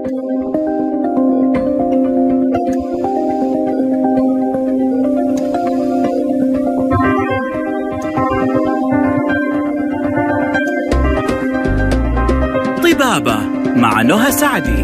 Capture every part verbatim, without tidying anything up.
طبابة مع نهى سعدي.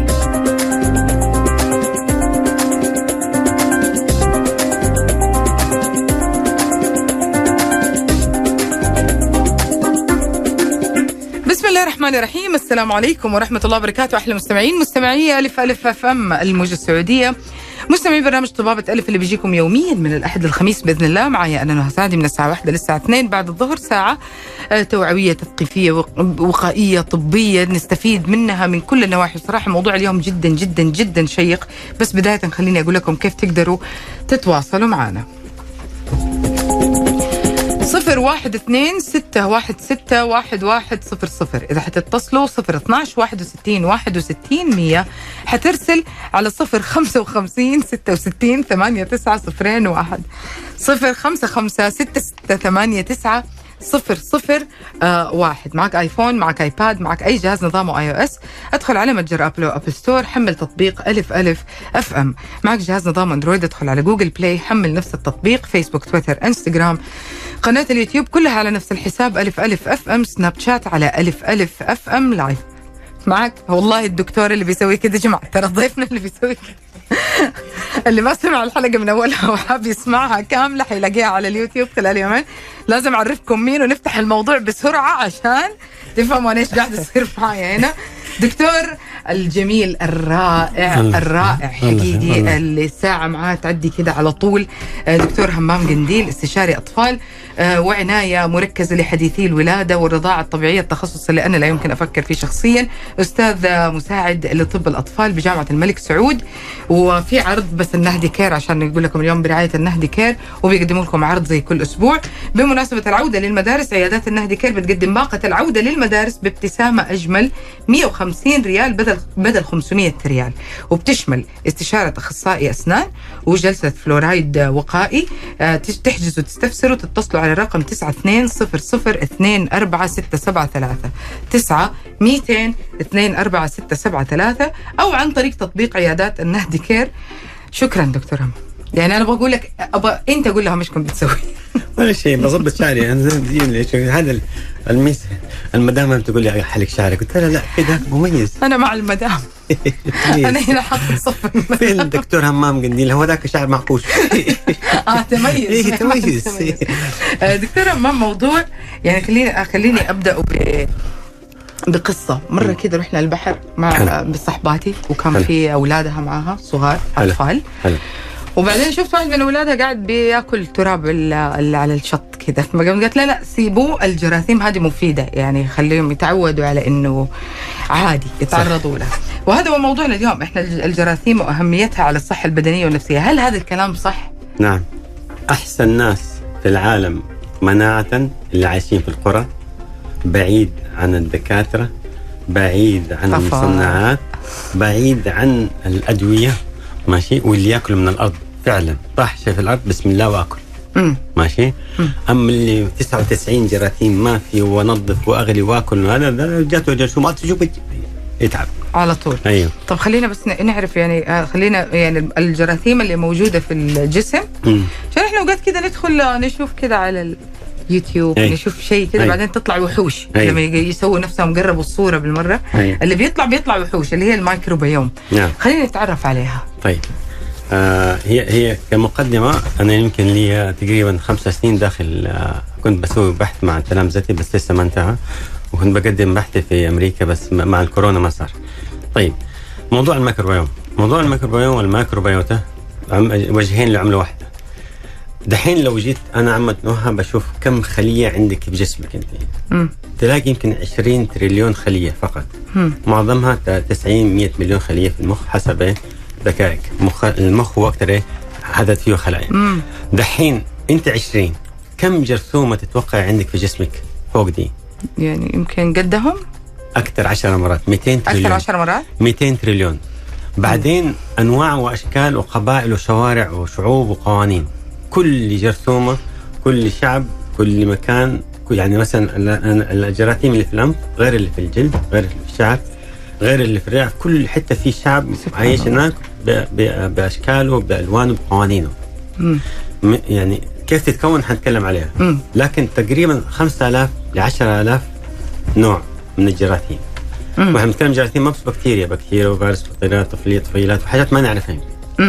بسم الله الرحمن الرحيم. السلام عليكم ورحمة الله وبركاته. أحلى مستمعين مستمعي ألف ألف أف أم الموجة السعودية، مستمعين برنامج طبابة ألف اللي بيجيكم يوميا من الأحد للخميس بإذن الله. معي أنا نهى سعدي من الساعة واحدة للساعة اثنين بعد الظهر، ساعة توعوية تثقيفية وقائية طبية نستفيد منها من كل النواحي. صراحة موضوع اليوم جدا جدا جدا شيق، بس بداية خليني أقول لكم كيف تقدروا تتواصلوا معنا. صفر واحد اثنين ستة واحد ستة واحد واحد صفر صفر. إذا حتتصلوا صفر اثناش واحد وستين واحد وستين مية. حترسل على صفر خمسة وخمسين ستة وستين ثمانية تسعة صفرين واحد صفر خمسة خمسة ستة ستة ثمانية تسعة صفر صفر آه واحد. معك ايفون، معك ايباد، معك اي جهاز نظامه اي او اس، ادخل على متجر ابل او اب ستور، حمل تطبيق الف الف اف ام. معك جهاز نظام اندرويد، ادخل على جوجل بلاي، حمل نفس التطبيق. فيسبوك، تويتر، انستغرام، قناة اليوتيوب كلها على نفس الحساب الف الف اف ام. سناب شات على الف الف اف ام لايف. معك والله الدكتور اللي بيسوي كده جماعة، ترى ضيفنا اللي بيسوي كده اللي ما سمع الحلقة من أولها وحاب يسمعها كاملة حيلاقيها على اليوتيوب خلال يومين. لازم أعرفكم مين ونفتح الموضوع بسرعة عشان تفهموا أنا إيش قاعد يصير معايا هنا. دكتور الجميل الرائع الرائع حقيقي اللي الساعة معاه تعدي كده على طول، دكتور همام قنديل، استشاري أطفال وعناية مركزة لحديثي الولادة والرضاعة الطبيعية، التخصص اللي أنا لا يمكن أفكر فيه شخصيا. أستاذ مساعد لطب الأطفال بجامعة الملك سعود، وفي عرض بس النهدي كير عشان نقول لكم اليوم برعاية النهدي كير، وبيقدموا لكم عرض زي كل أسبوع بمناسبة العودة للمدارس. عيادات النهدي كير بتقدم باقة العودة للمدارس بابتسامة أجمل مية وخمسين ريال بدل بدل خمسمية ريال، وبتشمل استشارة أخصائي أسنان وجلسة فلورايد وقائي. تحجزوا تستفسروا تتصلوا على الرقم تسعة اثنين صفر صفر اثنين أربعة ستة سبعة ثلاثة تسعة ميتين اثنين أربعة ستة سبعة ثلاثة، أو عن طريق تطبيق عيادات النهدي كير. شكرا دكتور هم. يعني أنا بقول لك أبا أنت قول لهم إيش كنت بتسوي. ولا شيء، بضبط شعري أنا. هذا الميس المدام بتقول لي حلق شعرك، قلت لها لا كده مميز. أنا مع المدام. أنا هنا حاطة صف المدام. فين الدكتور همام قنديل؟ هو ذاك شعر معقوش. آه تميز. إيه تميز. دكتور همام، موضوع يعني خليني خليني أبدأ ب بقصة. مرة كده رحنا البحر مع بصحباتي، وكان حل. في أولادها معها صغار أطفال. حل. وبعدين شفت واحد من أولادها قاعد بياكل تراب اللي على الشط كده، فقالت لا لا سيبوه، الجراثيم هذه مفيدة، يعني خليهم يتعودوا على إنه عادي يتعرضوا لها. وهذا هو موضوعنا اليوم، إحنا الجراثيم وأهميتها على الصحة البدنية والنفسية. هل هذا الكلام صح؟ نعم. أحسن ناس في العالم مناعة اللي عايشين في القرى، بعيد عن الدكاترة، بعيد عن طفا. المصنعات، بعيد عن الأدوية، ماشي، واللي يأكلوا من الأرض فعلا طاح شيء في الأرض بسم الله وأكل. مم. ماشي. مم. أما اللي تسعة وتسعين جراثيم ما في ونظف وأغلي وأكل، هذا جاته جرثومات تشوف يتعب على طول. أيوه. طب خلينا بس نعرف يعني خلينا يعني الجراثيم اللي موجودة في الجسم، عشان إحنا وقت كده ندخل نشوف كده على يوتيوب. أي. نشوف شيء كده. أي. بعدين تطلع وحوش. أي. لما يسووا نفسهم قربوا الصورة بالمرة. أي. اللي بيطلع بيطلع وحوش اللي هي الميكروبيوم. نعم. خلينا نتعرف عليها. طيب آه هي هي كمقدمة، أنا يمكن لي تقريبا خمس سنين داخل، آه كنت بسوي بحث مع تلامذتي بس لسه ما انتهى، وكنت بقدم بحثي في أمريكا بس مع الكورونا ما صار. طيب موضوع الميكروبيوم موضوع الميكروبيوم والميكروبيوتا وجهين لعملة واحدة. دحين لو جيت أنا عمد نوها بشوف كم خلية عندك في جسمك أنت، م. تلاقي يمكن عشرين تريليون خلية فقط. م. معظمها تسعين مية مليون خلية في المخ حسب ذكائك. مخ المخ هو أكتر إيه عدد فيه خلايا. م. دحين أنت عشرين، كم جرثومة تتوقع عندك في جسمك فوق دي؟ يعني يمكن قدهم أكتر عشر مرات، مئتين تريليون. أكثر عشر مرات مئتين تريليون. بعدين م. أنواع وأشكال وقبائل وشوارع وشعوب وقوانين. كل جرثومة، كل شعب، كل مكان، يعني مثلا الجراثيم اللي في الأنف غير اللي في الجلد، غير اللي في الشعر، غير اللي في الريف، كل حتة في شعب عايش هناك بأشكاله بألوانه بقوانينه. يعني كيف تتكون حنتكلم عليها. مم. لكن تقريبا خمسة آلاف لعشرة آلاف نوع من الجراثيم. واحنا بنتكلم جراثيم ما بس بكتيريا، بكتيريا وفيروس وطفيلات طفيليات طفيلات وحاجات ما نعرفها.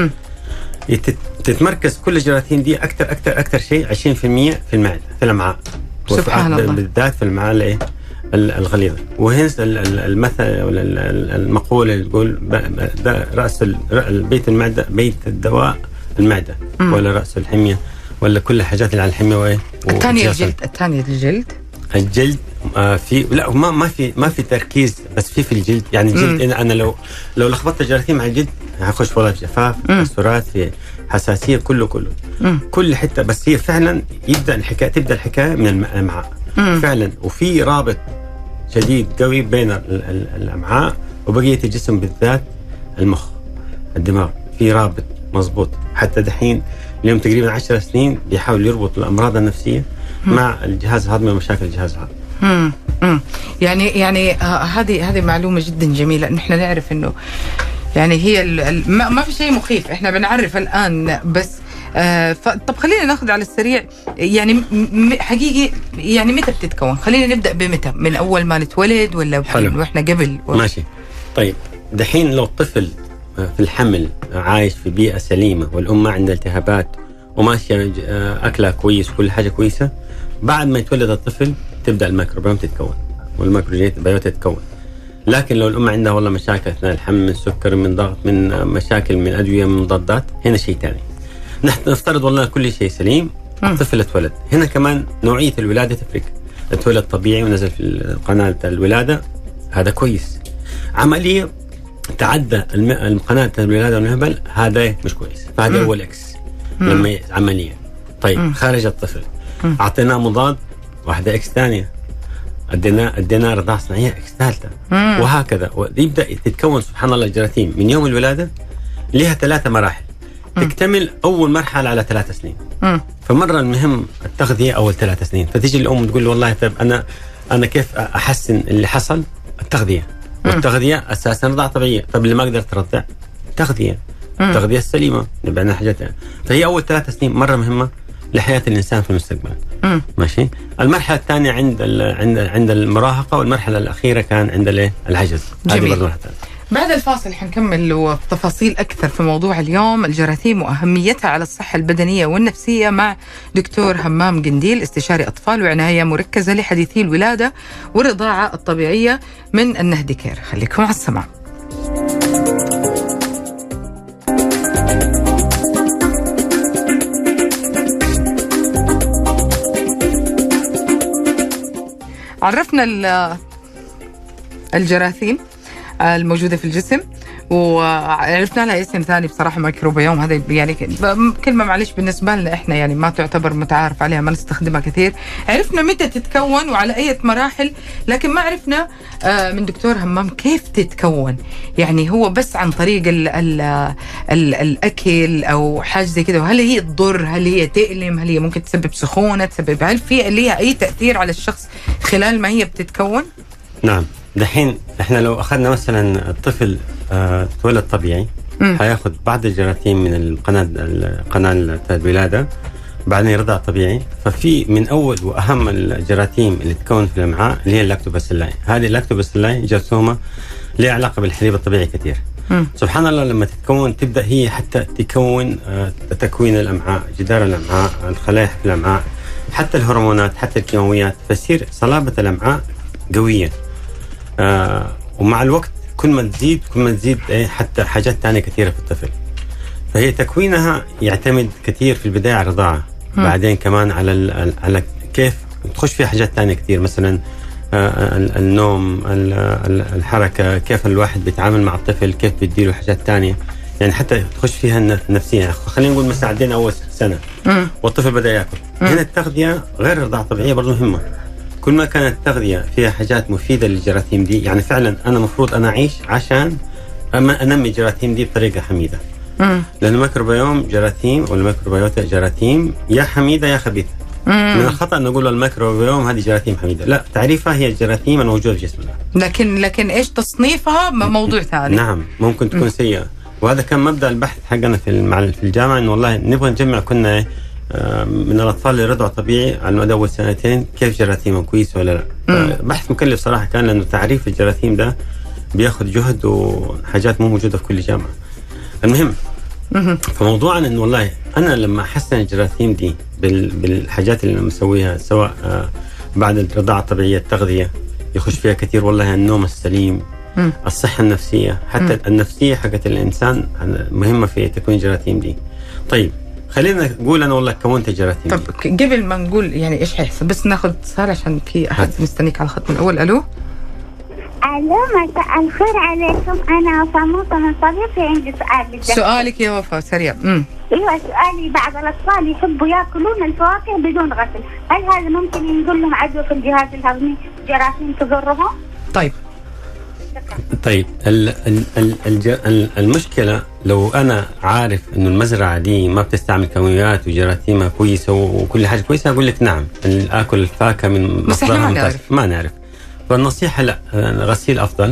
تتمركز كل الجراثيم دي أكثر أكثر أكثر شيء عشرين بالمئة في المعدة في الأمعاء. سبحان الله. بالذات في الأمعاء الإيه الغليظة. وهنا المثل ولا المقولة اللي تقول رأس البيت المعدة بيت الدواء المعدة. مم. ولا رأس الحمية ولا كل الحاجات اللي على الحمية وإيه. الثانية الجلد. الثانية الجلد. الجلد آه في لا ما ما في ما في تركيز بس في في الجلد. يعني الجلد مم. أنا لو لو لخبطت الجراثيم على الجلد هخش والله في جفاف، كسرات، في حساسية، كله كله مم. كل حتة. بس هي فعلا يبدأ الحكاية تبدأ الحكاية من الأمعاء فعلا. وفي رابط شديد قوي بين الأمعاء وبقية الجسم، بالذات المخ الدماغ، في رابط مظبوط. حتى دحين اليوم تقريبا عشر سنين بيحاول يربط الأمراض النفسية مم. مع الجهاز الهضمي ومشاكل الجهاز الهضمي. يعني يعني هذه هذه معلومة جدا جميلة. نحن نعرف إنه يعني هي ما, ما في شيء مخيف، إحنا بنعرف الآن بس. آه طب خلينا ناخذ على السريع يعني م- حقيقي يعني متى بتتكون؟ خلينا نبدأ بمتى، من أول ما نتولد ولا وإحنا قبل و... ماشي. طيب دحين لو الطفل في الحمل عايش في بيئة سليمة والأم ما عندها التهابات وماشية أكلها كويس وكل حاجة كويسة، بعد ما يتولد الطفل تبدأ الميكروبيوم تتكون والميكروبيوم تتكون. لكن لو الأم عندها والله مشاكل أثناء الحمل من سكر من ضغط من مشاكل من أدوية من مضادات، هنا شيء تاني. نحن نفترض والله كل شيء سليم، الطفل اتولد، هنا كمان نوعية الولادة تفرق. اتولد طبيعي ونزل في قناة الولادة هذا كويس. عملية تعدى قناة الولادة والمهبل هذا مش كويس، فهذا أول إكس لما عملية. طيب مم. خارج الطفل أعطيناه مضاد، واحدة إكس ثانية، ادينا ادينا رضاعة صناعية إكس ثالثة، وهكذا. ويبدأ تتكون سبحان الله الجراثيم من يوم الولادة. لها ثلاثة مراحل تكتمل أول مرحلة على ثلاث سنين. مم. فمرة المهم التغذية أول ثلاث سنين. فتيجي الأم تقول والله طيب أنا أنا كيف أحسن اللي حصل؟ التغذية. مم. والتغذية أساسا رضاعة طبيعية. طب اللي ما قدر ترضع تغذية مم. التغذية السليمة نبقى لنا حاجاتها. فهي أول ثلاث سنين مرة مهمة لحياة الإنسان في المستقبل. مم. ماشي. المرحلة الثانية عند عند عند المراهقة، والمرحلة الأخيرة كان عند العجز. جميل. بعد الفاصل حنكمل تفاصيل أكثر في موضوع اليوم، الجراثيم وأهميتها على الصحة البدنية والنفسية، مع دكتور همام قنديل، استشاري أطفال وعناية مركزة لحديثي الولادة والرضاعة الطبيعية من النهدي كير. خليكم على السماع. عرفنا الجراثيم الموجودة في الجسم، وعرفنا لها اسم ثاني بصراحة ميكروبيوم. هذا يعني كلمة معلش بالنسبة لنا إحنا يعني ما تعتبر متعارف عليها، ما نستخدمها كثير. عرفنا متى تتكون وعلى أي مراحل، لكن ما عرفنا من دكتور همام كيف تتكون. يعني هو بس عن طريق ال ال ال الأكل أو حاجة زي كده؟ وهل هي تضر؟ هل هي تألم؟ هل هي ممكن تسبب سخونة؟ تسبب هل في ليها أي تأثير على الشخص خلال ما هي بتتكون؟ نعم. دحين احنا لو اخذنا مثلا الطفل اه تولد طبيعي، حياخد بعض الجراثيم من القناة القناة الولادة، بعدين يرضع طبيعي. ففي من اول واهم الجراثيم اللي تكون في الامعاء اللي هي اللاكتوباسيلاي. هذه اللاكتوباسيلاي جرثومة لها علاقة بالحليب الطبيعي كثير. مم. سبحان الله لما تتكون تبدأ هي حتى تكون اه تكوين الامعاء، جدار الامعاء، الخلايا في الامعاء، حتى الهرمونات، حتى الكيماويات، فتصير صلابة الامعاء قوية. آه ومع الوقت كل ما تزيد كل ما تزيد إيه حتى حاجات تانية كثيرة في الطفل. فهي تكوينها يعتمد كثير في البداية على الرضاعة، بعدين كمان على على كيف تخش فيها حاجات تانية كثير، مثلا آه النوم، الحركة، كيف الواحد بيتعامل مع الطفل، كيف بيديله حاجات تانية، يعني حتى تخش فيها النفسية. خلينا نقول مثلا عدينا أول سنة والطفل بدأ يأكل، هنا التغذية غير الرضاعة الطبيعية برضو مهمة. كل ما كانت التغذية فيها حاجات مفيدة للجراثيم دي، يعني فعلا أنا مفروض أنا أعيش عشان أنمي الجراثيم دي بطريقة حميدة. مم. لأن الميكروبيوم جراثيم والميكروبيوتا جراثيم يا حميدة يا خبيثة. من الخطا نقول الميكروبيوم هذه جراثيم حميده، لا، تعريفها هي الجراثيم الموجوده في جسمنا. لكن لكن ايش تصنيفها موضوع ثاني. نعم، ممكن تكون سيئه، وهذا كان مبدا البحث حقنا في في الجامعه، انه والله نبغى نجمع كنا من الاطفال اللي رضعوا طبيعي على مدى اول سنتين كيف جراثيمهم كويسه ولا لا. بحث مكلف صراحه كان، لانه تعريف الجراثيم ده بياخذ جهد وحاجات مو موجوده في كل جامعه. المهم فموضوعنا انه والله انا لما احسن الجراثيم دي بالحاجات اللي مسويها، سواء بعد الرضاعه الطبيعيه التغذيه يخش فيها كثير، والله النوم السليم، الصحه النفسيه، حتى م. النفسيه حقت الانسان مهمه في تكوين الجراثيم دي. طيب خلينا نقول انا والله كونت الجراثيم. طب دي. قبل ما نقول يعني ايش حيحصل، بس ناخذ اتصال عشان في احد مستنيك على الخط من الاول. الو الو، مساء الخير عليكم. انا فاطمه من صديقي، عندي سؤال بالدكتور. سؤالك يا وفاء سريع. امم ايوه، سؤالي بعض الاطفال يحبوا ياكلون الفواكه بدون غسل، هل هذا ممكن ينقل لهم عدوى في الجهاز الهضمي، جراثيم تضرهم؟ طيب طيب ال ال ال ال المشكله لو انا عارف انه المزرعه دي ما بتستعمل كيماويات وجراثيمها كويسه وكل حاجه كويسه، اقول لك نعم اكل الفاكهه من مصدرها ما نعرف. ما نعرف فالنصيحه لا، غسيل افضل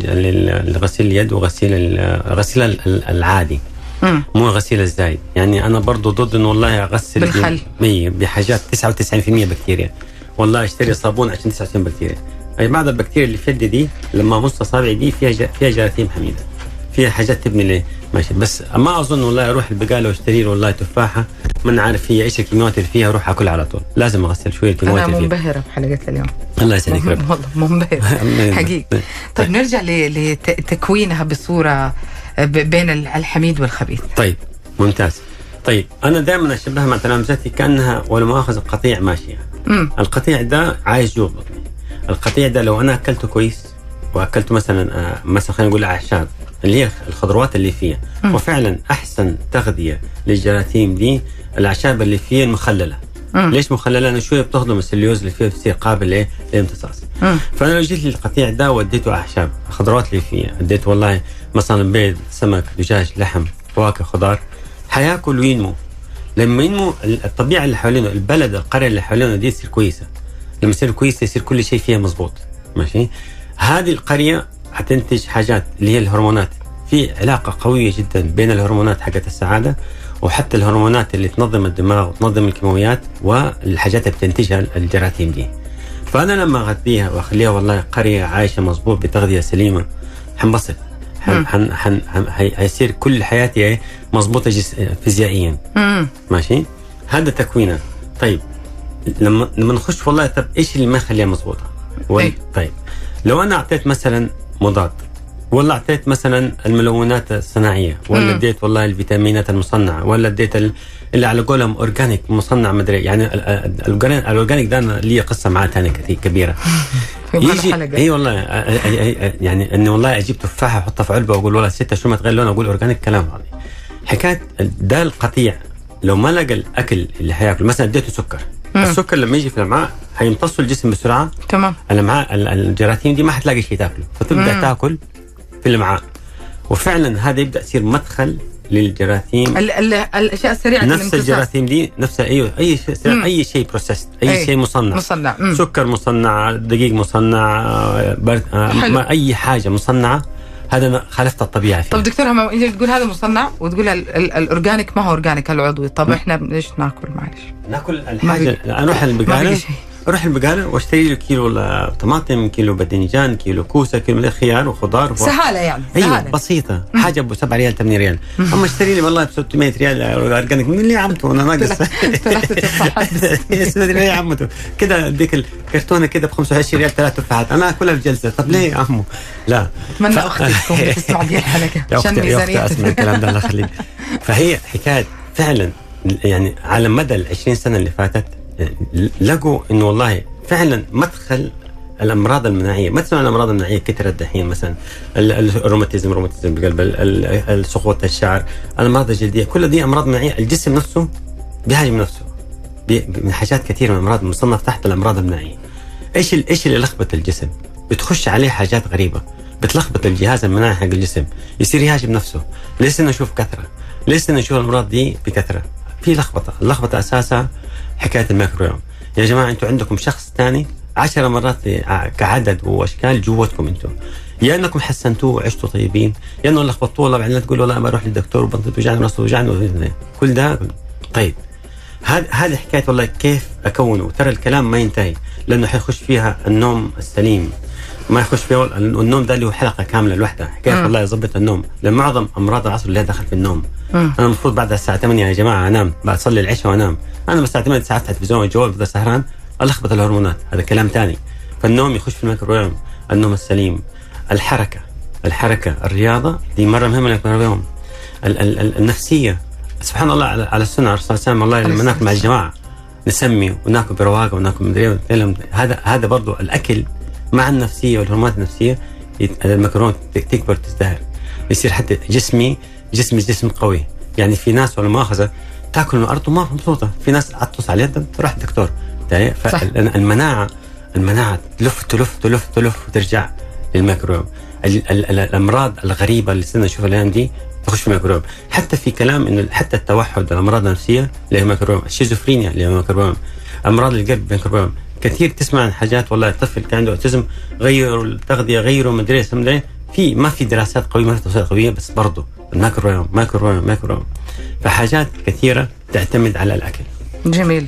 لغسيل اليد وغسيل الغسيل العادي، مم. مو الغسيل الزايد. يعني انا برضو ضد انه والله اغسل بالخل بحاجات تسعة وتسعين بالمئة بكتيريا، والله اشتري صابون عشان تسعة وتسعين بكتيريا. اي بعض البكتيريا اللي في يدي دي لما امص اصابعي دي فيها ج... فيها جراثيم حميده، فيها حاجات تبني لي ماشي. بس ما اظن والله اروح البقاله واشتري والله تفاحه ما نعرف هي ايش الكيماويات اللي فيها، اروح اكلها على طول، لازم اغسل شويه الكيماويات اللي فيها. انا منبهره بحلقه اليوم، الله يسعدك. والله منبهره حقيقي. طيب نرجع لتكوينها بصوره بين الحميد والخبيث. طيب ممتاز. طيب انا دائما اشبهها مع تلامذتي كانها ولا مؤاخذه قطيع ماشيه. مم. القطيع ده عايش جوا بطني. القطيع ده لو انا اكلته كويس واكلته مثلا آه مثلا خلينا نقول اعشاب اللي هي الخضروات اللي فيها، مم. وفعلا احسن تغذيه للجراثيم دي الاعشاب اللي فيها المخلله. مم. ليش مخلله؟ لانه شويه بتهضم السليوز اللي فيها بتصير قابل ايه للامتصاص. فانا لو جيت للقطيع ده وديته اعشاب الخضروات اللي فيها، اديته والله مثلا بيض، سمك، دجاج، لحم، فواكه، خضار، حياكل وينمو. لما ينمو الطبيعه اللي حوالينه، البلد، القريه اللي حوالينه دي تصير كويسه. لما يصير كويسه يصير كل شيء فيها مزبوط ماشي. هذه القريه حتنتج حاجات اللي هي الهرمونات، في علاقه قويه جدا بين الهرمونات حقت السعاده وحتى الهرمونات اللي تنظم الدماغ وتنظم الكيماويات والحاجات اللي بتنتجها الجراثيم دي. فانا لما اغذيها واخليها والله قريه عايشه مزبوط بتغذيه سليمه حنبسط، حن حن حن هيصير كل حياتي مزبوطه فيزيائيا ماشي. هذا تكوينها. طيب لما لما نخش والله طب ايش اللي ما يخليها مزبوطه؟ طيب لو انا اعطيت مثلا مضاد، ولا اعطيت مثلا الملونات الصناعيه، ولا اديت والله الفيتامينات المصنعه، ولا اديت اللي على قولهم اورجانيك مصنع مدري، يعني الاورجانيك ده ليه قصه معاه ثانيه كثير كبيره. يجي اي والله يعني اني والله اجيب تفاحه احطها في علبه واقول والله ستة شو ما تغير لونها، اقول اورجانيك، كلام فاضي. حكايه ده القطيع لو ما لقى الاكل اللي حياكل، مثلا اديته سكر، مم. السكر لما يجي في الامعاء هيمتصوا الجسم بسرعه، تمام. الامعاء الجراثيم دي ما حتلاقي شيء تاكله، فتبدا مم. تاكل في الامعاء، وفعلا هذا يبدا يصير مدخل للجراثيم. ال ال الاشياء السريعه نفس الجراثيم دي نفسها ايوه اي شيء مم. اي شيء بروسيس، اي, أي شيء مصنع مصنع مم. سكر مصنع، دقيق مصنع، ما اي حاجه مصنعه، هذا خالفت الطبيعه فيه. طب دكتور هم انت تقول هذا مصنع وتقول الاورجانيك ما هو اورجانيك العضوي، طب احنا ايش ناكل؟ معلش ناكل الحاجه، اروح البقاله اروح البقاله واشتري له كيلو طماطم، كيلو باذنجان، كيلو كوسه، كيلو خيار وخضار، سهاله يعني ايوه بسيطه، حاجه ب سبعة ريال ثمانية ريال. اما اشتري لي والله ب ستمائة ريال اورجانيك، من اللي عمته انا ناقص ثلاثه تفاحات ليه يا عمته كده؟ اديك الكرتونه كده ب خمسة وعشرين ريال ثلاث تفاحات، انا اكلها في جلسه. طب ليه يا عمو؟ لا اتمنى اختي تكون بتسمع دي الحلقه عشان ميزانيه اسمع الكلام ده الله يخليك. فهي حكايه فعلا يعني على مدى ال عشرين سنه اللي فاتت لقوا انه والله فعلا مدخل الامراض المناعيه، مثلا الامراض المناعيه كثرت دحين، مثلا الروماتيزم، روماتيزم بالقلب، السقوط الشعر، الامراض الجلديه، كل دي امراض مناعيه. الجسم نفسه بيهاجم نفسه من حاجات كثيره من الامراض مصنف تحت الامراض المناعيه. ايش ايش اللي لخبط الجسم؟ بتخش عليه حاجات غريبه بتلخبط الجهاز المناعي حق الجسم، يصير يهاجم نفسه. ليش نشوف كثره؟ ليش نشوف الامراض دي بكثره؟ في لخبطة. اللخبطة أساسها حكاية الميكرويوم. يا جماعة أنتوا عندكم شخص تاني عشر مرات كعدد وأشكال جوتكم أنتوا، يا أنكم حسنتوه وعشتوا طيبين، يا أنه لخبطوه والله بعدين تقول والله ما أروح للدكتور وبطني توجعني وراسي توجعني كل ده. طيب هذه هذه حكاية والله كيف أكونه. ترى الكلام ما ينتهي، لأنه حيخش فيها النوم السليم، ما يخش فيها النوم ده اللي هو حلقة كاملة لوحدها. حكاية والله يضبط النوم، لأن معظم أمراض العصر اللي دخل في النوم. مم. أنا المفروض بعد الساعة ثمانية يا جماعة أنام، بعد صلي العشاء وأنام. أنا بس الساعة ثمانية ساعات على التلفزيون والجوال بفضل سهران، ألخبط الهرمونات، هذا كلام تاني. فالنوم يخش في الميكرويوم، النوم السليم، الحركة الحركة الرياضة دي مرة مهمة للميكرويوم. ال- ال- ال- النفسية، سبحان الله على, على السنة على الرسول صلى الله عليه وسلم، والله لما ناكل مع الجماعة نسمي وناكل برواقة وناكل مدري. هذا هذا برضو الأكل مع النفسية والهرمونات النفسية، الميكرويوم تكبر تزدهر، يصير حتى جسمي جسمي جسم قوي. يعني في ناس ولا مؤاخذة تاكل من الأرض وما مبسوطة، في ناس عطس على يدها تروح الدكتور. فالمناعة المناعة تلف تلف تلف تلف وترجع للميكرويوم. الأمراض الغريبة اللي صرنا نشوفها الأيام دي تخش في الميكرويوم. حتى في كلام إنه حتى التوحد، الأمراض النفسية اللي هي ميكرويوم، الشيزوفرينيا اللي هي ميكرويوم، أمراض القلب ميكرويوم. كثير تسمع عن حاجات والله طفل كان عنده أوتيزم غيروا التغذية غيروا مدري مدري في ما في دراسات قوية، ما في توصيات قوية، بس برضه الميكرويوم ميكرويوم ميكرويوم. فحاجات كثيرة تعتمد على الأكل. جميل.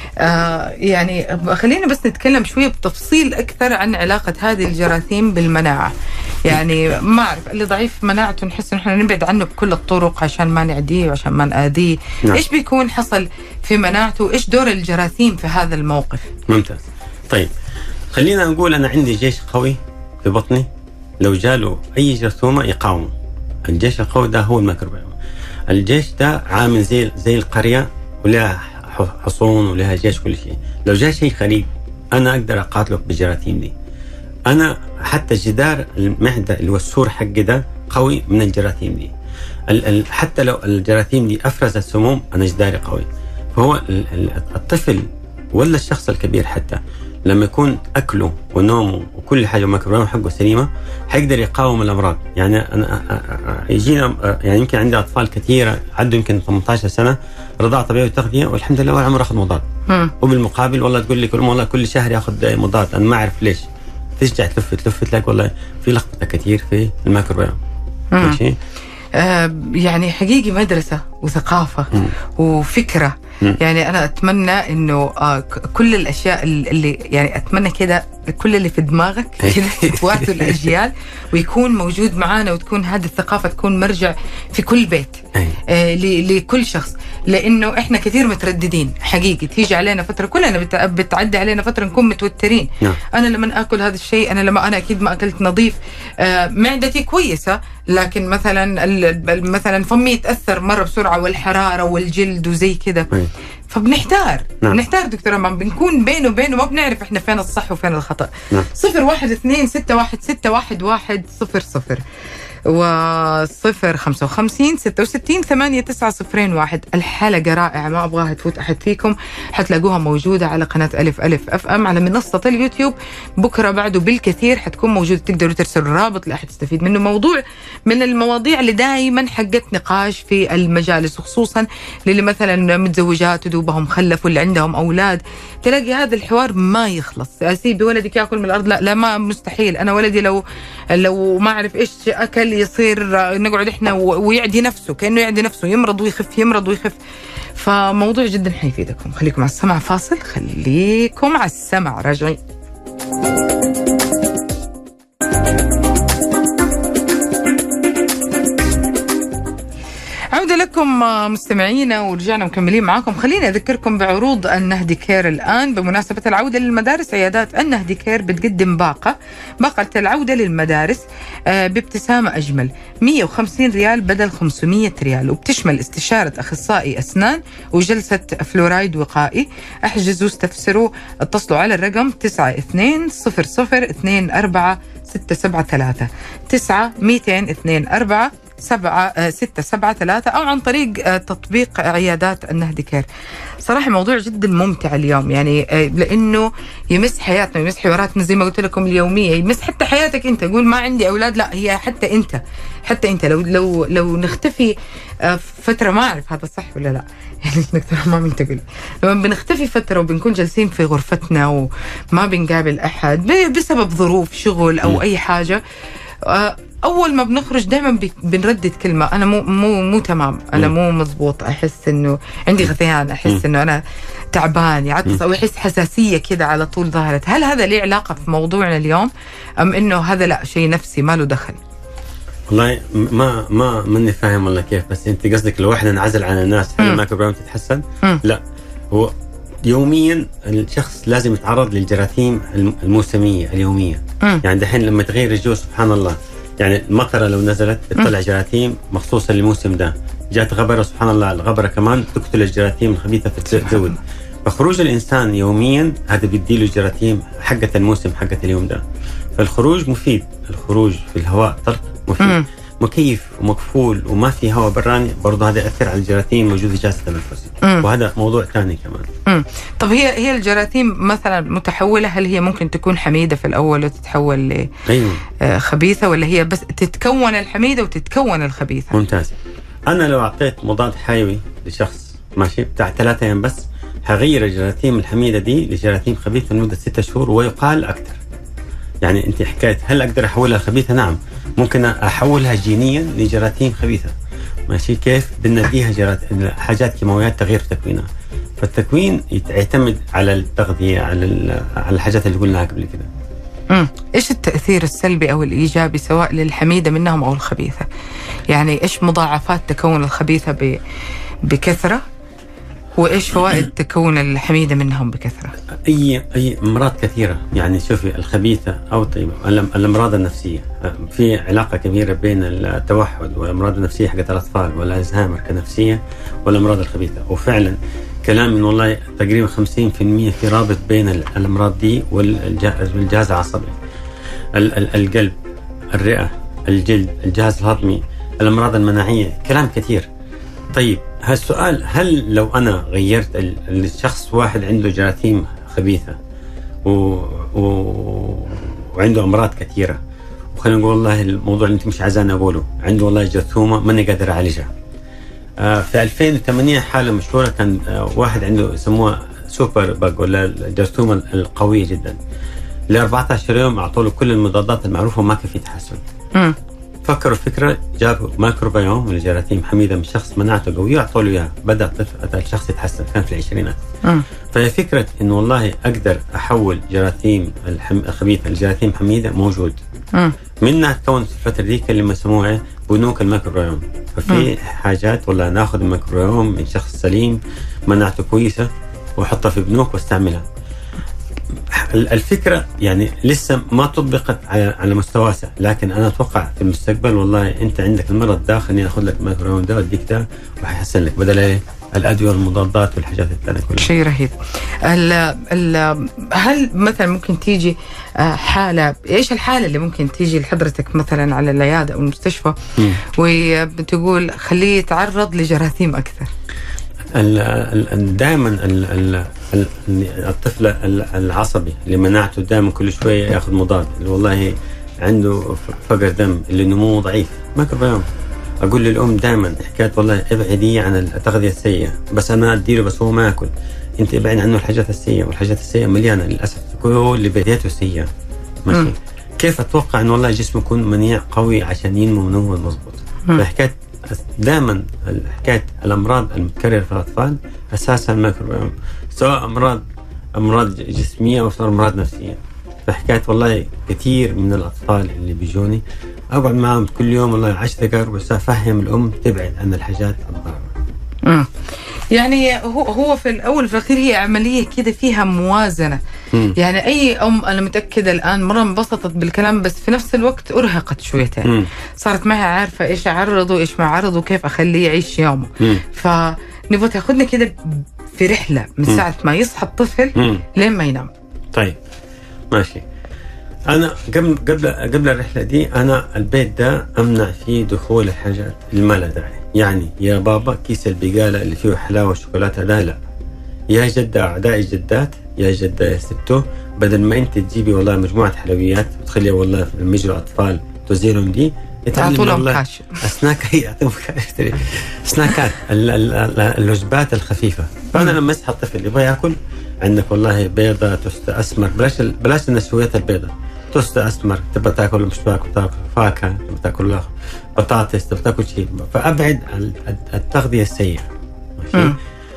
آه يعني خلينا بس نتكلم شوية بتفصيل أكثر عن علاقة هذه الجراثيم بالمناعة. يعني ما أعرف اللي ضعيف مناعته نحس إن إحنا نبعد عنه بكل الطرق عشان ما نعديه وعشان ما نآذيه. نعم. إيش بيكون حصل في مناعته؟ إيش دور الجراثيم في هذا الموقف؟ ممتاز. طيب خلينا نقول أنا عندي جيش قوي في بطني، لو جاله أي جرثومة يقاوم. الجيش القوي ده هو الميكروبيوم. الجيش ده عامل زي زي القرية ولها حصون ولها جيش كل شيء. لو جاء شيء غريب أنا أقدر أقاتله بالجراثيم دي. أنا حتى جدار المعدة اللي هو السور حقي ده قوي من الجراثيم دي. ال ال حتى لو الجراثيم دي أفرزت سموم أنا جداري قوي. فهو الطفل ولا الشخص الكبير حتى لما يكون أكله ونومه وكل حاجة ميكروبيوم حقه سليمة حيقدر يقاوم الأمراض. يعني أنا يجينا يعني يمكن عندي أطفال كثيرة عدوا يمكن ثمانية عشر سنة رضاعة طبيعية وتغذية والحمد لله ولا عمره أخذ مضاد. وبالمقابل والله تقول لي كل والله كل شهر يأخذ مضاد، أنا ما أعرف ليش. ترجع تلف تلف تلاقي والله في لخبطة كثير في الميكروبيوم. ماشي. آه يعني حقيقي مدرسة وثقافة مم. وفكرة. مم. يعني أنا أتمنى إنه آه كل الأشياء اللي يعني أتمنى كده كل اللي في دماغك كده تتوارثوا الأجيال ويكون موجود معانا، وتكون هذه الثقافة تكون مرجع في كل بيت آه لكل شخص. لأنه إحنا كثير مترددين حقيقي، تيجي علينا فترة كلنا بتعدي علينا فترة نكون متوترين. نعم. أنا لما أكل هذا الشيء، أنا لما أنا أكيد ما أكلت نظيف، آه معدتي كويسة لكن مثلا مثلا فمي يتأثر مرة بسرعة والحرارة والجلد وزي كده. فبنحتار. نعم. بنحتار دكتورة ما بنكون بينه وبينه ما بنعرف إحنا فين الصح وفين الخطأ. نعم. صفر واحد اثنين ستة واحد ستة واحد واحد صفر صفر وصفر خمسة وخمسين ستة وستين ثمانية تسعة صفرين واحد. الحلقة رائعة ما أبغاها تفوت أحد فيكم، حتلاقوها موجودة على قناة ألف ألف أف أم على منصة اليوتيوب. بكرة بعده بالكثير حتكون موجودة، تقدروا ترسلوا رابط لأحد يستفيد منه. موضوع من المواضيع اللي دائما حقت نقاش في المجالس، وخصوصا للي مثلا متزوجات ودوبهم خلف واللي عندهم أولاد، تلاقي هذا الحوار ما يخلص. أسيب ولدك يأكل من الأرض؟ لا لا ما مستحيل. أنا ولدي لو لو ما أعرف إيش أكل يصير نقعد إحنا ويعدي نفسه كأنه يعدي نفسه، يمرض ويخف يمرض ويخف. فموضوع جدا حيفيدكم. خليكم على السمع. فاصل. خليكم على السمع. راجعين. عودة لكم مستمعينا ورجعنا مكملين معاكم. خليني أذكركم بعروض النهدي كير الآن بمناسبة العودة للمدارس. عيادات النهدي كير بتقدم باقة باقة العودة للمدارس بابتسامة أجمل مية وخمسين ريال بدل خمسمية ريال، وبتشمل استشارة أخصائي أسنان وجلسة فلورايد وقائي. احجزوا استفسروا اتصلوا على الرقم تسعة اثنين صفر صفر اثنين أربعة ستة سبعة ثلاثة تسعة مئتين اثنين أربعة سبعة ستة سبعة ثلاثة أو عن طريق تطبيق عيادات النهدي كير. صراحة موضوع جدا ممتع اليوم، يعني لأنه يمس حياتنا، يمس حواراتنا زي ما قلت لكم اليومية، يمس حتى حياتك أنت. قول ما عندي أولاد، لا هي حتى أنت حتى أنت لو لو لو نختفي فترة، ما أعرف هذا صح ولا لا، يعني دكتور ما بنتقل لما بنختفي فترة وبنكون جالسين في غرفتنا وما بنقابل أحد بسبب ظروف شغل أو أي حاجة، أول ما بنخرج دائما بنردد كلمة أنا مو مو مو تمام، أنا مو مزبوط، أحس إنه عندي غثيان، أحس إنه أنا تعبان، يعطس أو يحس حساسية كده على طول ظهرت. هل هذا ليه علاقة في موضوعنا اليوم أم إنه هذا لا شيء نفسي ما له دخل؟ والله ما ما ماني فاهم والله كيف، بس أنت قصدك لو إحنا نعزل عن الناس هل الميكروبيوم تتحسن؟ م. لا، هو يوميا الشخص لازم يتعرض للجراثيم الموسمية اليومية. م. يعني دحين لما تغير الجو سبحان الله، يعني المطره لو نزلت تطلع جراثيم مخصوصه للموسم ده، جات غبره سبحان الله الغبره كمان تقتل الجراثيم الخبيثه في الجو. فخروج الانسان يوميا هذا بيديله الجراثيم حقه الموسم حقه اليوم ده. فالخروج مفيد، الخروج في الهواء طلق مفيد. م. مكيف ومكفول وما في هواء براني برضه هذا يأثر على الجراثيم موجوده جالسه تنفس، وهذا موضوع ثاني كمان. امم طب هي هي الجراثيم مثلا متحوله، هل هي ممكن تكون حميده في الاول وتتحول ل أيوة. آه خبيثه، ولا هي بس تتكون الحميده وتتكون الخبيثه؟ ممتاز. انا لو اعطيت مضاد حيوي لشخص ماشي بتاع ثلاثة ايام بس هغير الجراثيم الحميده دي لجراثيم خبيثه لمده ستة شهور ويقال اكثر. يعني انت حكايه هل اقدر احولها خبيثه؟ نعم، ممكن احولها جينيا لجراثيم خبيثه. ماشي كيف؟ بنديها جراثيم حاجات كيماويات تغير تكوينها. فالتكوين يعتمد على التغذيه، على على الحاجات اللي قلناها قبل كده. امم ايش التاثير السلبي او الايجابي سواء للحميده منهم او الخبيثه؟ يعني ايش مضاعفات تكون الخبيثه ب... بكثره، وايش فوائد تكون الحميده منهم بكثره؟ اي اي امراض كثيره. يعني شوفي الخبيثه او طيب الامراض النفسيه، في علاقه كبيره بين التوحد والامراض النفسيه حقت الاطفال والالزهايمر كنفسيه والامراض الخبيثه. وفعلا كلام من والله تقريبا خمسين بالمئة في رابط بين الامراض دي والجهاز العصبي، القلب، الرئه، الجلد، الجهاز الهضمي، الامراض المناعيه، كلام كثير. طيب هالسؤال، هل لو أنا غيرت الشخص واحد عنده جراثيم خبيثة و... و... وعنده أمراض كثيرة، وخلينا نقول والله الموضوع اللي أنت مش عايزان أقوله، عنده والله جرثومة ماني قادر أعالجها. آه في ألفين وثمانية حالة مشهورة كان آه واحد عنده يسموها سوبر باج ولا الجرثومة القوية جدا، ل أربعة عشر يوم أعطوا له كل المضادات المعروفة وما كان في تحسن. م. فكروا فكرة، جابوا ميكروبيوم من الجراثيم حميدة من شخص مناعته قوية وأعطوا له إياها، بدأ الطفل الشخص يتحسن، كان في العشرينات. فهي فكرة إنه والله أقدر أحول جراثيم الخبيثة لجراثيم حميدة موجود. م. منها تكون في الفترة دي اللي يسموها بنوك الميكروبيوم. ففي م. حاجات والله ناخذ الميكروبيوم من شخص سليم مناعته كويسة وحطها في بنوك واستعملها. الفكرة يعني لسه ما طبقت على مستوى واسع، لكن أنا أتوقع في المستقبل والله أنت عندك المرض ده خليني أخذ لك الميكروبيوم ده وأديك ده وحيحسن لك بدل إيه الأدوية والمضادات والحاجات الثانية كلها. شيء رهيب. ال ال هل مثلا ممكن تيجي حالة، إيش الحالة اللي ممكن تيجي لحضرتك مثلا على العيادة أو المستشفى وبتقول خليه يتعرض لجراثيم أكثر؟ دائما الطفل العصبي اللي مناعته دائما كل شويه ياخذ مضاد، اللي والله عنده فقر دم، اللي نموه ضعيف، ميكروبيوم. اقول للام دائما حكايه والله ابعدي عن التغذيه السيئه، بس انا اديله بس هو ما ياكل، انت ابعد عنه الحاجات السيئه، والحاجات السيئه مليانه للاسف كل اللي بدايته سيئه. ماشي م. كيف اتوقع انه والله جسمه يكون منيع قوي عشان ينمو منمو مضبوط؟ فحكايه دائما حكايه الامراض المتكرره في الاطفال اساسا الميكروبيوم، سواء امراض امراض جسميه او امراض نفسيه. فحكايه والله كثير من الاطفال اللي بيجوني اقعد معهم كل يوم والله عشر دقائق بس افهم الام تبعد عن الحاجات الضاره. امم يعني هو هو في الاول في الاخير هي عمليه كده فيها موازنه. مم. يعني اي ام انا متاكده الان مره انبسطت بالكلام بس في نفس الوقت ارهقت شويتين. مم. صارت معها عارفه ايش اعرضه ايش ما اعرضه كيف اخليه يعيش يومه. فنبغى تاخذنا كده في رحله من ساعه ما يصحى الطفل مم. لين ما ينام. طيب ماشي. انا قبل قبل قبل الرحله دي انا البيت ده امنع فيه دخول الحاجات اللي ما لها داعي. يعني يا بابا كيس البقاله اللي فيه حلاوه شوكولاته ده لا. يا جده اعداء الجدات يا جده يا ستو، بدل ما انت تجيبي والله مجموعه حلويات وتخليها والله في المجرى اطفال توزيرهم دي، يتعلم والله اسناك هي سناكات الوجبات الخفيفه. فانا لما اصحى الطفل يبغى ياكل، عندك والله بيضه توست اسمر، بلاش بلاش النشويات البيضه، توست اسمر تبغى تاكل مش تاكل تاكل فاكهه، تبغى تاكل بطاطس، تبغى تاكل شيء، فابعد التغذيه السيئه. ماشي.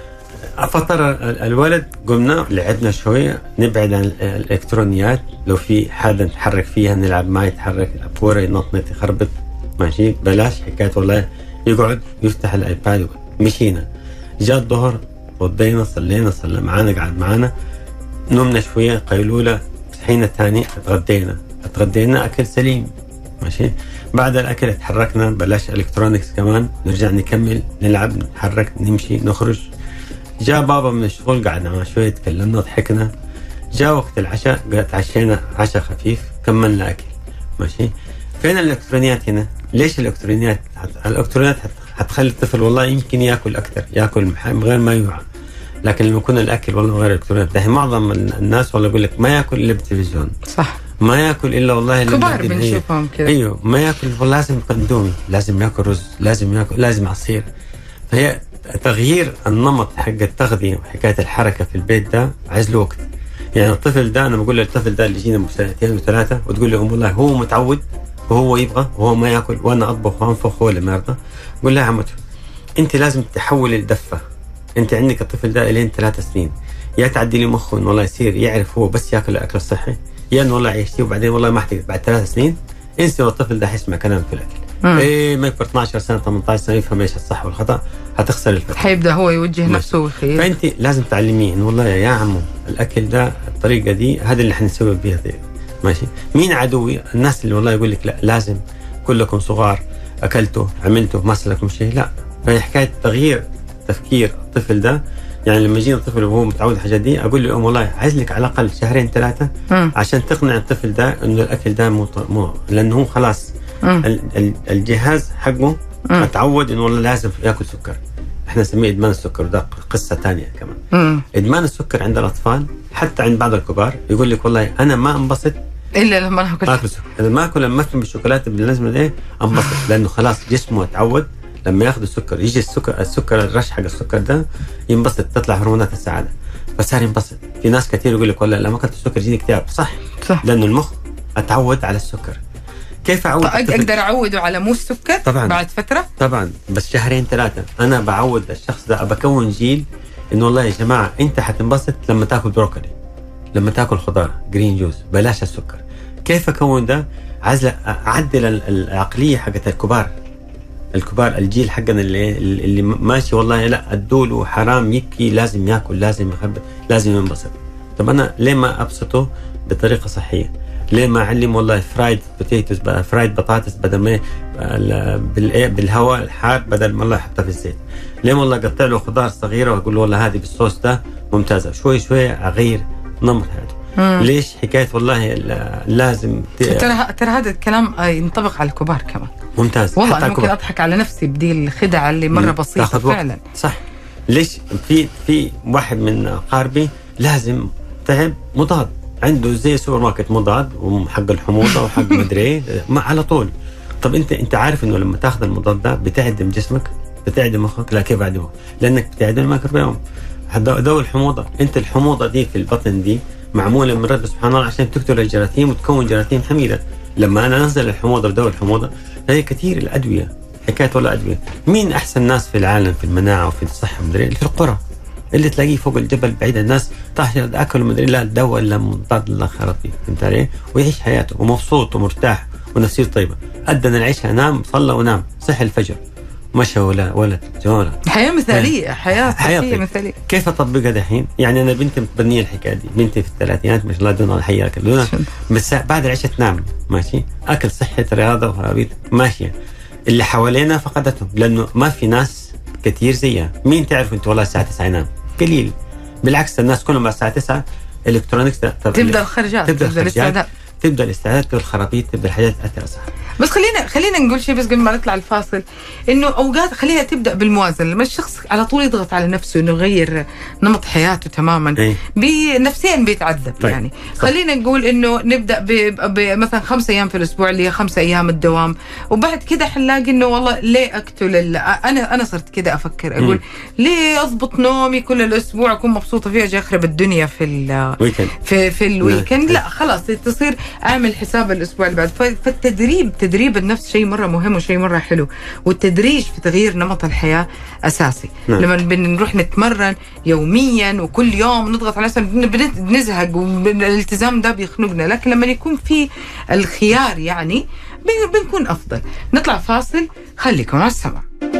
فطر الولد، قمنا لعبنا شويه، نبعد عن الالكترونيات، لو في حدا نتحرك فيها نلعب معه، يتحرك يلعب كوره ينطنط يخربط. ماشي. بلاش حكايه والله يقعد يفتح الايباد. مشينا، جاء الظهر وضينا صلينا صلى معانا قعد معانا، نمنا شويه قيلوله، صحينا ثاني اتغدينا اتغدينا اكل سليم. ماشي. بعد الاكل تحركنا، بلاش الكترونيكس كمان، نرجع نكمل نلعب نتحرك نمشي نخرج. جاء بابا من الشغل قعدنا معه شويه تكلمنا ضحكنا. جاء وقت العشاء تعشينا عشاء خفيف كملنا اكل. ماشي. فين الالكترونيات هنا؟ ليش الالكترونيات؟ الالكترونيات حتخلي الطفل والله يمكن ياكل اكثر، ياكل من غير ما يوعى. لكن لما يكون الاكل والله غير الالكترونيات، ده معظم الناس والله يقول لك ما ياكل الا بالتلفزيون. صح. ما ياكل الا والله الا كبار بنشوفهم كذا. ايوه ما ياكل والله لازم قندومي، لازم ياكل رز، لازم ياكل لازم عصير. فهي تغيير النمط حق التغذيه وحكايه الحركه في البيت ده عايز له وقت. يعني الطفل ده انا بقول للطفل ده اللي يجينا سنتين وثلاثه وتقول له والله هو متعود وهو يبغى وهو ما ياكل وانا اطبخ وانفخ هو اللي ما يرضى، قول لها يا عمته انت لازم تحول الدفه. انت عندك الطفل ده الين ثلاث سنين، يا تعدي لي مخه انه والله يصير يعرف هو بس ياكل الاكل الصحي، يا انه والله يعيش وبعدين والله ما احتاج. بعد ثلاث سنين انسى الطفل ده حيسمع كلام في الاكل. مم. ايه ما يكبر اثناشر سنه ثمانية عشر سنه يفهم ايش الصح والخطا، هتخسر الفتره، حيبدا هو يوجه نفسه وخير. فانت لازم تعلميه انه والله يا عمو الاكل ده الطريقه دي هذا اللي حنسوي بيها دي. ماشي. مين عدوي؟ الناس اللي والله يقول لك لا لازم كلكم صغار اكلتوا عملتوا ما سلكم شيء. لا، فهي حكايه تغيير تفكير الطفل ده. يعني لما يجينا الطفل وهو متعود الحاجات دي اقول له والله عايز لك على الاقل شهرين ثلاثه عشان تقنع الطفل ده انه الاكل ده مو مو لانه هو خلاص الجهاز حقه اتعود انه والله لازم ياكل سكر. احنا نسميه ادمان السكر، وده قصه ثانيه كمان. مم. ادمان السكر عند الاطفال حتى عند بعض الكبار يقول لك والله انا ما انبسط الا لما اكل اكل سكر، انا ما اكل لما اكل بالشوكولاته باللازمه دي انبسط، لانه خلاص جسمه اتعود لما ياخذ السكر يجي السكر السكر الرش حق السكر ده ينبسط، تطلع هرمونات السعاده فصار ينبسط. في ناس كثير يقول لك والله لما اكلت السكر يجيني اكتئاب. صح. صح، لانه المخ اتعود على السكر. كيف اعود؟ اقدر اعوده على مو السكر طبعا بعد فتره؟ طبعا، بس شهرين ثلاثه انا بعود الشخص ده، بكون جيل انه والله يا جماعه انت حتنبسط لما تاكل بروكلي، لما تاكل خضار جرين جوز، بلاش السكر. كيف اكون ده؟ عايز اعدل العقليه حقت الكبار الكبار الجيل حقنا اللي اللي ماشي والله لا ادوله حرام يبكي لازم ياكل لازم يخبط لازم ينبسط. طب انا ليه ما ابسطه بطريقه صحيه؟ ليه ما اعلم والله فرايد بوتيتوز فرايد بطاطس بدل ما بالهواء الحار بدل ما الله يحطها في الزيت؟ ليه والله اقطع له خضار صغيره واقول له والله هذه بالصوص ده ممتازه؟ شوي شوي اغير نمط حياته. مم. ليش حكايه والله لازم ترى ترى هذا الكلام ينطبق على الكبار كمان. ممتاز. والله أنا ممكن اضحك على نفسي بدي الخدعه اللي مره بسيطه فعلا. صح. ليش في في واحد من اقاربي لازم تعب مضاد عنده زي سوبر ماركت مضاد وحق الحموضه وحق مدري ما على طول. طب انت انت عارف انه لما تاخذ المضاد ده بتعدم جسمك بتعدم مخك؟ لا، كيف اعدمه؟ لانك بتعدم الميكروبيوم ذوي الحموضه. انت الحموضه دي في البطن دي معموله من رب سبحان الله عشان تقتل الجراثيم وتكون جراثيم حميده. لما انا انزل الحموضه ذوي الحموضه هي كثير الادويه حكايه ولا ادويه. مين احسن ناس في العالم في المناعه وفي الصحه مدري في القرى اللي تلاقيه فوق الجبل بعيد الناس طاح اكلوا مدري لا دواء الا مضاد الله خرطي، فهمت علي؟ ويعيش حياته ومبسوط ومرتاح ونفسيته طيبه. أدنى العشاء نام صلى ونام صحي الفجر مشى ولا ولا جوله حياه مثاليه حياه صحيه مثاليه. كيف اطبقها دحين؟ يعني انا بنتي متبنيه الحكايه دي، بنتي في الثلاثينات ما شاء الله دون الله حياك دون بس بعد العشاء تنام ماشي، اكل صحي رياضه وهرابيط ماشيه. اللي حوالينا فقدتهم لانه ما في ناس كثير زيها. مين تعرف انت والله الساعه تسعة ينام؟ قليل. بالعكس الناس كلهم الساعه تسعة الكترونيكس تبدا الخرجات تبدا الخرجات تبدا الاستعداد والخرابيط، تبدا الحاجات تاثر صح. بس خلينا خلينا نقول شيء بس قبل ما نطلع الفاصل، انه اوقات خليها تبدا بالموازنه. لما الشخص على طول يضغط على نفسه انه يغير نمط حياته تماما إيه؟ بنفسيا بيتعذب. طيب. يعني صح. خلينا نقول انه نبدا بمثلا خمسة ايام في الاسبوع اللي هي خمسة ايام الدوام، وبعد كده حنلاقي انه والله ليه اقتل ال... انا انا صرت كده افكر اقول م. ليه اضبط نومي كل الاسبوع اكون مبسوطه فيه اجي اخرب الدنيا في ال... في في الويكند. لا خلاص تصير اعمل حساب الاسبوع اللي بعد. فالتدريب تدريب النفس شيء مرة مهم وشيء مرة حلو، والتدريج في تغيير نمط الحياة أساسي. نعم. لما بنروح نتمرن يوميا وكل يوم نضغط على نفسنا بنزهق والالتزام ده بيخنقنا، لكن لما يكون في الخيار يعني بنكون أفضل. نطلع فاصل، خليكم على السمع.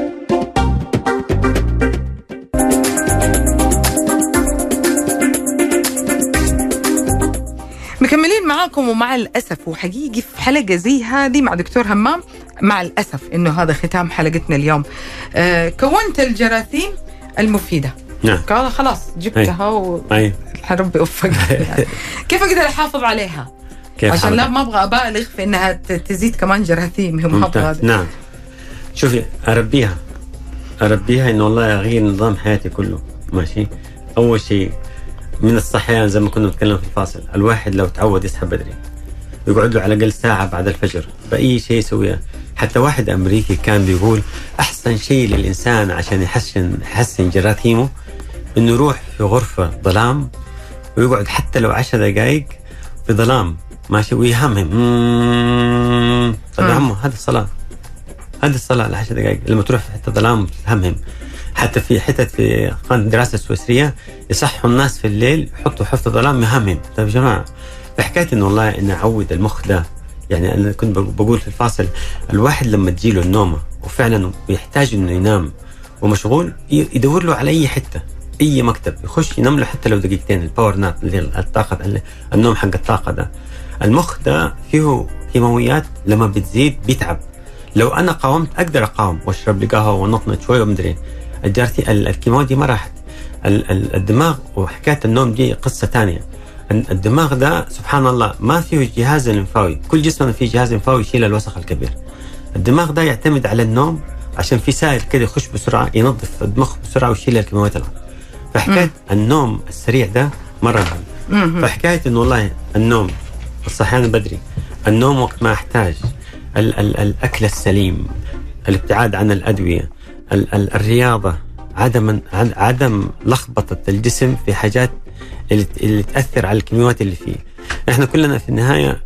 مكملين معاكم، ومع الأسف وحقيقي في حلقة زي هذه مع دكتور همام، مع الأسف إنه هذا ختام حلقتنا اليوم. آه كونت الجراثيم المفيدة. نعم. قال خلاص جبتها وربي وفقك. يعني. كيف أقدر أحافظ عليها؟ كيف عشان لا ما أبغى أبالغ في إنها تزيد كمان جراثيم. هم نعم. شوفي أربيها أربيها إنه والله أغير نظام حياتي كله. ماشي. أول شيء من الصحيان زي ما كنا نتكلم في الفاصل، الواحد لو تعود يصحى بدري يقعد له على الأقل ساعة بعد الفجر بأي شيء يسويه. حتى واحد أمريكي كان بيقول أحسن شيء للإنسان عشان يحسن يحسن جراثيمه إنه يروح في غرفة ظلام ويقعد حتى لو عشر دقائق في ظلام ماشي ويهمهم. طب يا عمو هذه الصلاة، هذه الصلاة لعشر دقائق. لما تروح في حتة ظلام وتهمهم. حتى في حتة في قانون الدراسة السويسرية يصحوا الناس في الليل يحطوا حفظ ظلام مهمم. طيب يا جماعة فحكاية إنه والله إن أعود المخ ده، يعني أنا كنت بقول في الفاصل الواحد لما تجيله النومة وفعلا يحتاج إنه ينام ومشغول يدور له على أي حتة، أي مكتب يخش ينام له حتى لو دقيقتين. الباور ناب اللي الطاقة، النوم حق الطاقة ده، المخ ده فيه كيماويات لما بتزيد بيتعب. لو أنا قاومت أقدر أقاوم وأشرب لي قهوة ونطنط شوية ومدري الجارتي الكيماويات دي ما راحت. الدماغ وحكاية النوم دي قصة تانية. الدماغ ده سبحان الله ما فيه جهاز لمفاوي، كل جسمنا فيه جهاز لمفاوي يشيل الوسخ الكبير. الدماغ ده يعتمد على النوم عشان في سائل كده يخش بسرعة ينظف الدماغ بسرعة ويشيل الكيماويات الغلط. فحكاية النوم السريع ده مرة مهم. فحكاية إنه والله النوم، الصحيان بدري، النوم وقت ما أحتاج، ال ال الأكل السليم، الابتعاد عن الأدوية، ال ال الرياضة، عدم عدم لخبطة الجسم في حاجات اللي, اللي تأثر على الكيماويات اللي فيه. احنا كلنا في النهاية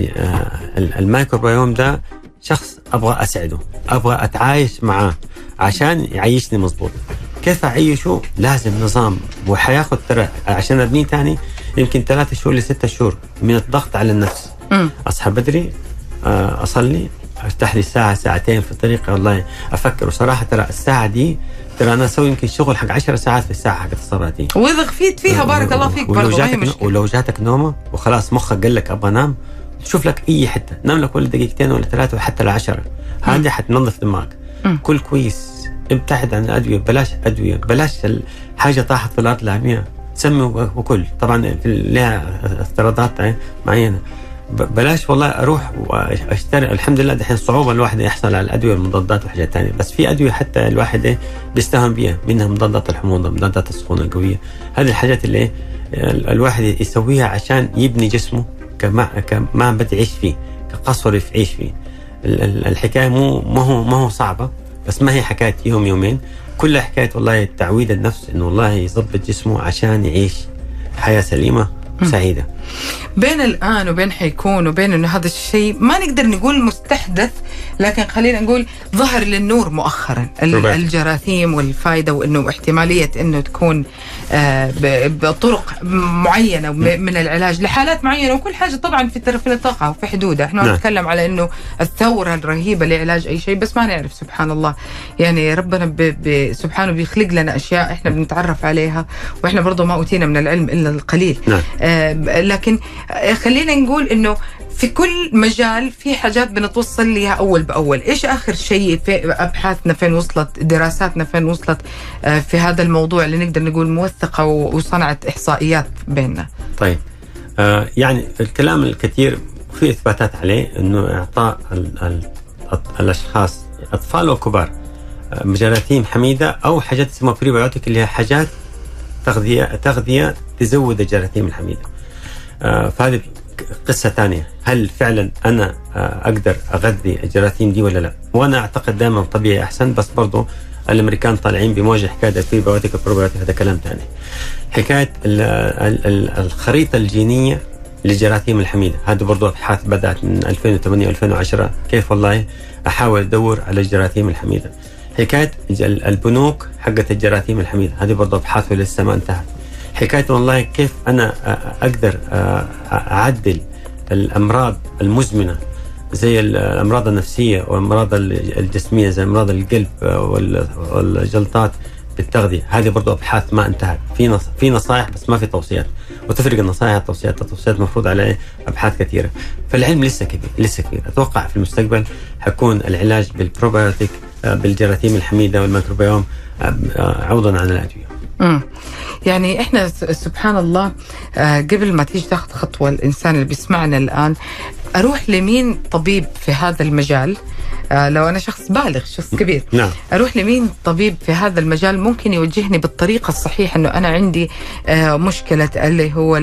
الميكروبيوم ده شخص أبغى أسعده، أبغى أتعايش معاه عشان يعيشني مظبوط. كيف أعيشه؟ لازم نظام، وحياخد ترى عشان أبنيه تاني يمكن ثلاثة شهور لستة شهور من الضغط على النفس. م. أصحى بدري، أصلي، أفتح لي ساعة ساعتين في الطريق والله أفكر. وصراحة ترى الساعة دي ترى أنا أسوي يمكن شغل حق عشر ساعات في الساعة حق الصلاة دي، وإذا خفيت فيها بارك الله فيك ولو جاتك, ولو جاتك نومة وخلاص مخك قال لك أبغى أنام، شوف لك أي حتة نام لك ولا دقيقتين ولا ثلاثة وحتى لعشرة، هذه حتنظف دماغك. كل كويس، ابتعد عن الأدوية، بلاش أدوية، بلاش حاجة طاحت في الأرض لعميها، سمي وكل. طبعا لها افتراضات معينة، بلاش والله أروح وأشتري. الحمد لله دحين صعوبة الواحد يحصل على الأدوية والمضادات وحاجات تانية، بس في أدوية حتى الواحد بيستهون بيها، منها مضادات الحموضة، مضادات السخونة القوية. هذه الحاجات اللي الواحد يسويها عشان يبني جسمه كما كما بتعيش فيه، كقصر يعيش فيه. الحكاية مو ما هو ما هو صعبة، بس ما هي حكاية يوم يومين، كلها حكاية والله تعويد النفس إنه والله يضبط جسمه عشان يعيش حياة سليمة سعيدة. بين الآن وبين حيكون وبين إنه هذا الشيء ما نقدر نقول مستحدث، لكن خلينا نقول ظهر للنور مؤخرا الجراثيم والفائدة، وإنه احتمالية إنه تكون آه بطرق معينة من العلاج لحالات معينة، وكل حاجة طبعا في في نطاقها وفي حدودها. إحنا نعم. نتكلم على إنه الثورة الرهيبة لعلاج أي شيء، بس ما نعرف سبحان الله يعني ربنا ب ب سبحانه بيخلق لنا أشياء إحنا بنتعرف عليها، وإحنا برضو ما أوتينا من العلم إلا القليل. نعم. آه لكن خلينا نقول إنه في كل مجال في حاجات بنتوصل لها أول بأول. إيش آخر شيء في أبحاثنا فين وصلت، دراساتنا فين وصلت في هذا الموضوع اللي نقدر نقول موثقة وصنعت إحصائيات بيننا؟ طيب آه يعني الكلام الكثير وفي إثباتات عليه إنه إعطاء ال ال الأشخاص أطفال وكبار جراثيم حميدة أو حاجات اسمها بريبيوتيك اللي هي حاجات تغذية تغذية تزود الجراثيم الحميدة. آه فهذه قصة ثانية، هل فعلا أنا آه أقدر أغذي الجراثيم دي ولا لا؟ وأنا أعتقد دائما طبيعي أحسن، بس برضو الأمريكان طالعين بمواجهة حكاية البريبيوتيك والبروبيوتيك، هذا كلام ثاني. حكاية ال ال ال الخريطة الجينية للجراثيم الحميدة، هذا برضو أبحاث بدأت من ألفين وثمانية ألفين وعشرة، كيف والله أحاول أدور على الجراثيم الحميدة. حكاية البنوك حقة الجراثيم الحميدة، هذه برضو أبحاث لسه ما انتهت. حكاية والله كيف أنا أقدر أعدل الأمراض المزمنة زي الأمراض النفسية والأمراض الجسمية زي أمراض القلب والجلطات بالتغذية، هذه برضو أبحاث ما انتهت. في نص... في نصائح بس ما في توصيات، وتفرق النصائح والتوصيات. التوصيات مفروض عليه أبحاث كثيرة، فالعلم لسه كبير لسه كبير. أتوقع في المستقبل حيكون العلاج بالبروبيوتيك بالجراثيم الحميدة والميكروبيوم عوضا عن الأدوية. امم يعني احنا سبحان الله قبل ما تيجي تاخذ خطوة الإنسان اللي بيسمعنا الآن، أروح لمين طبيب في هذا المجال؟ آه لو أنا شخص بالغ شخص كبير، نعم. أروح لمين طبيب في هذا المجال ممكن يوجهني بالطريقة الصحيحة إنه أنا عندي آه مشكلة اللي هو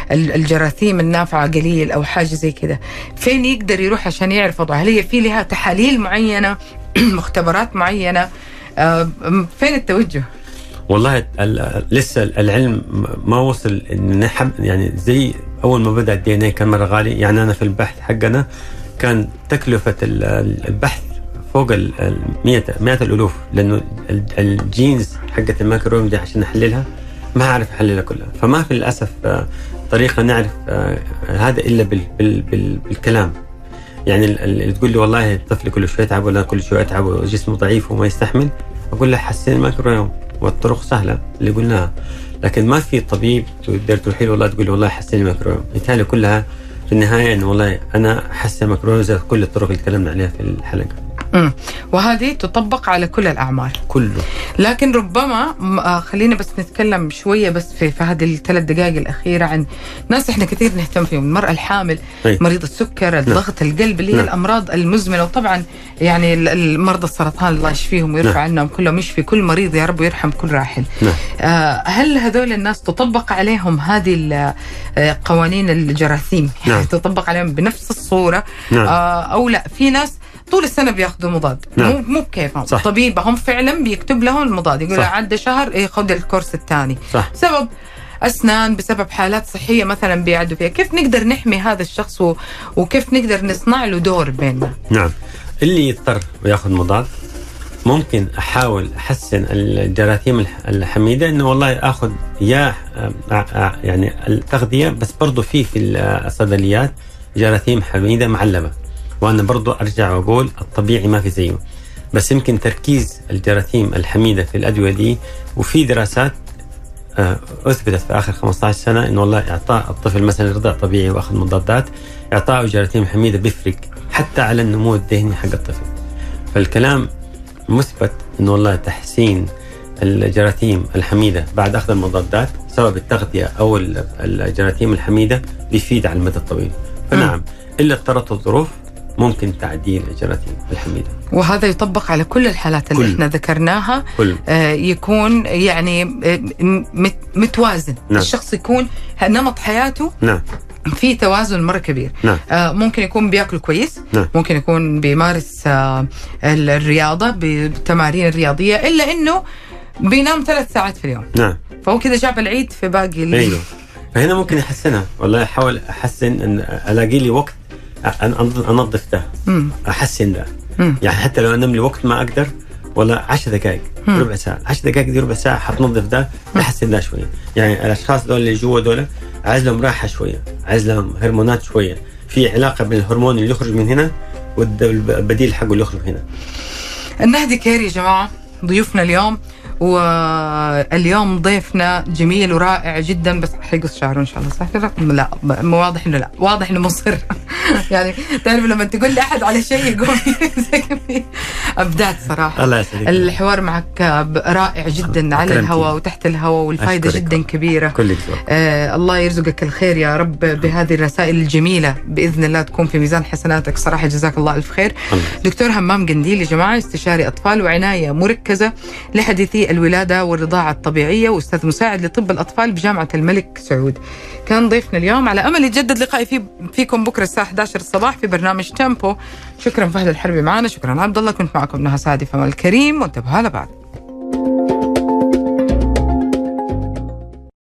الجراثيم النافعة قليل أو حاجة زي كده، فين يقدر يروح عشان يعرف وضعها؟ هل هي في لها تحاليل معينة مختبرات معينة؟ آه فين التوجه؟ والله لسه العلم ما وصل إن نحب يعني زي أول ما بدأ الدي إن إيه كان مرة غالي. يعني أنا في البحث حقنا كان تكلفة البحث فوق المئة مئة الألوف، لأنه الجينز حقة الميكروبيوم دي عشان نحللها ما أعرف أحللها كلها، فما في للأسف طريقة نعرف هذا إلا بال بال بال بالكلام. يعني اللي تقول لي والله الطفل كل شوية يتعب ولا كل شوية يتعب وجسمه ضعيف وما يستحمل، أقول له حسين الميكروبيوم، والطرق سهلة اللي قلناها، لكن ما في طبيب تقدر تروحي له والله تقول له والله حسين الميكروبيوم. بالتالي كلها في النهاية إنه والله أنا حسن الميكروبيوم زي كل الطرق اللي تكلمنا عليها في الحلقة. امم وهذه تطبق على كل الأعمار كله. لكن ربما خلينا بس نتكلم شوية بس في, في هذه الثلاث دقائق الأخيرة عن ناس إحنا كثير نهتم فيهم، المرأة الحامل، أي. مريض السكر، الضغط، نعم. القلب، اللي هي نعم. الأمراض المزمنة، وطبعا يعني المرضى السرطان الله يشفيهم ويرفع نعم. عنهم كلهم، يشفي كل مريض يا رب ويرحم كل راحل. نعم. آه هل هذول الناس تطبق عليهم هذه قوانين الجراثيم؟ نعم. يعني تطبق عليهم بنفس الصورة؟ نعم. آه أو لا في ناس طول السنة بياخذوا مضاد، نعم. مو مو بكيفهم، طبيبهم فعلا بيكتب لهم المضاد، يقول عدى شهر إيه خذ الكورس الثاني، بسبب أسنان، بسبب حالات صحية مثلا بيعدوا فيها. كيف نقدر نحمي هذا الشخص و... وكيف نقدر نصنع له دور بيننا؟ نعم، اللي يضطر وياخذ مضاد ممكن أحاول أحسن الجراثيم الحميدة، إنه والله أخذ يا يعني التغذية، بس برضو في في الصيدليات جراثيم حميدة معلبة، وأنا برضو أرجع وأقول الطبيعي ما في زيه، بس يمكن تركيز الجراثيم الحميدة في الأدوية دي. وفي دراسات أثبتت في آخر خمسة عشر سنة إنه والله إعطاء الطفل مثلا رضع طبيعي وأخذ مضادات، إعطاء جراثيم حميدة بيفرق حتى على النمو الذهني حق الطفل. فالكلام مثبت إنه والله تحسين الجراثيم الحميدة بعد أخذ المضادات سواء بالتغذية أو الجراثيم الحميدة بيفيد على المدى الطويل. فنعم إلا اضطرت الظروف ممكن تعديل الجراثيم الحميدة، وهذا يطبق على كل الحالات اللي كل. احنا ذكرناها. آه يكون يعني مت متوازن. نعم. الشخص يكون نمط حياته نعم. في توازن مرة كبير. نعم. آه ممكن يكون بياكل كويس، نعم. ممكن يكون بيمارس آه الرياضة بالتمارين الرياضية، إلا إنه بينام ثلاث ساعات في اليوم. نعم. فهو كده جاب العيد في باقي الليل. أيوه. فهنا ممكن يحسنها، والله أحاول أحسن أن ألاقي لي وقت أنظف ده، مم. أحسن ده، مم. يعني حتى لو أنام لي وقت ما أقدر ولا عشر دقائق ربع ساعة، عشر دقائق دي ربع ساعة حتنظف ده، أحسن ده شوية. يعني الأشخاص دول اللي جوا دول عايز لهم راحة شوية، عايز لهم هرمونات شوية، في علاقة بين الهرمون اللي يخرج من هنا والبديل حقه اللي يخرج هنا. النهدي كير يا جماعة ضيوفنا اليوم، واليوم ضيفنا جميل ورائع جدا، بس حيقص شعره ان شاء الله، صح؟ لا لا واضح انه لا واضح انه مصر يعني تعرف لما تقول لي احد على شيء يقوم ابدعت صراحه. الله يسعدك. الحوار معك رائع جدا على الهواء وتحت الهواء، والفائده جدا كبيره. كلك آه الله يرزقك الخير يا رب بهذه الرسائل الجميله، باذن الله تكون في ميزان حسناتك صراحه. جزاك الله الف خير. الله. دكتور همام قنديل يا جماعه، استشاري اطفال وعنايه مركزه لحديثي الولاده والرضاعه الطبيعيه، واستاذ مساعد لطب الاطفال بجامعه الملك سعود. كان ضيفنا اليوم، على امل يتجدد لقائي في فيكم بكره الساعه إحدى عشرة الصباح في برنامج تيمبو. شكرا فهد الحربي معنا، شكرا عبد الله، كنت معكم نهى سعدي في أمل الكريم، وانتبهوا لبعض.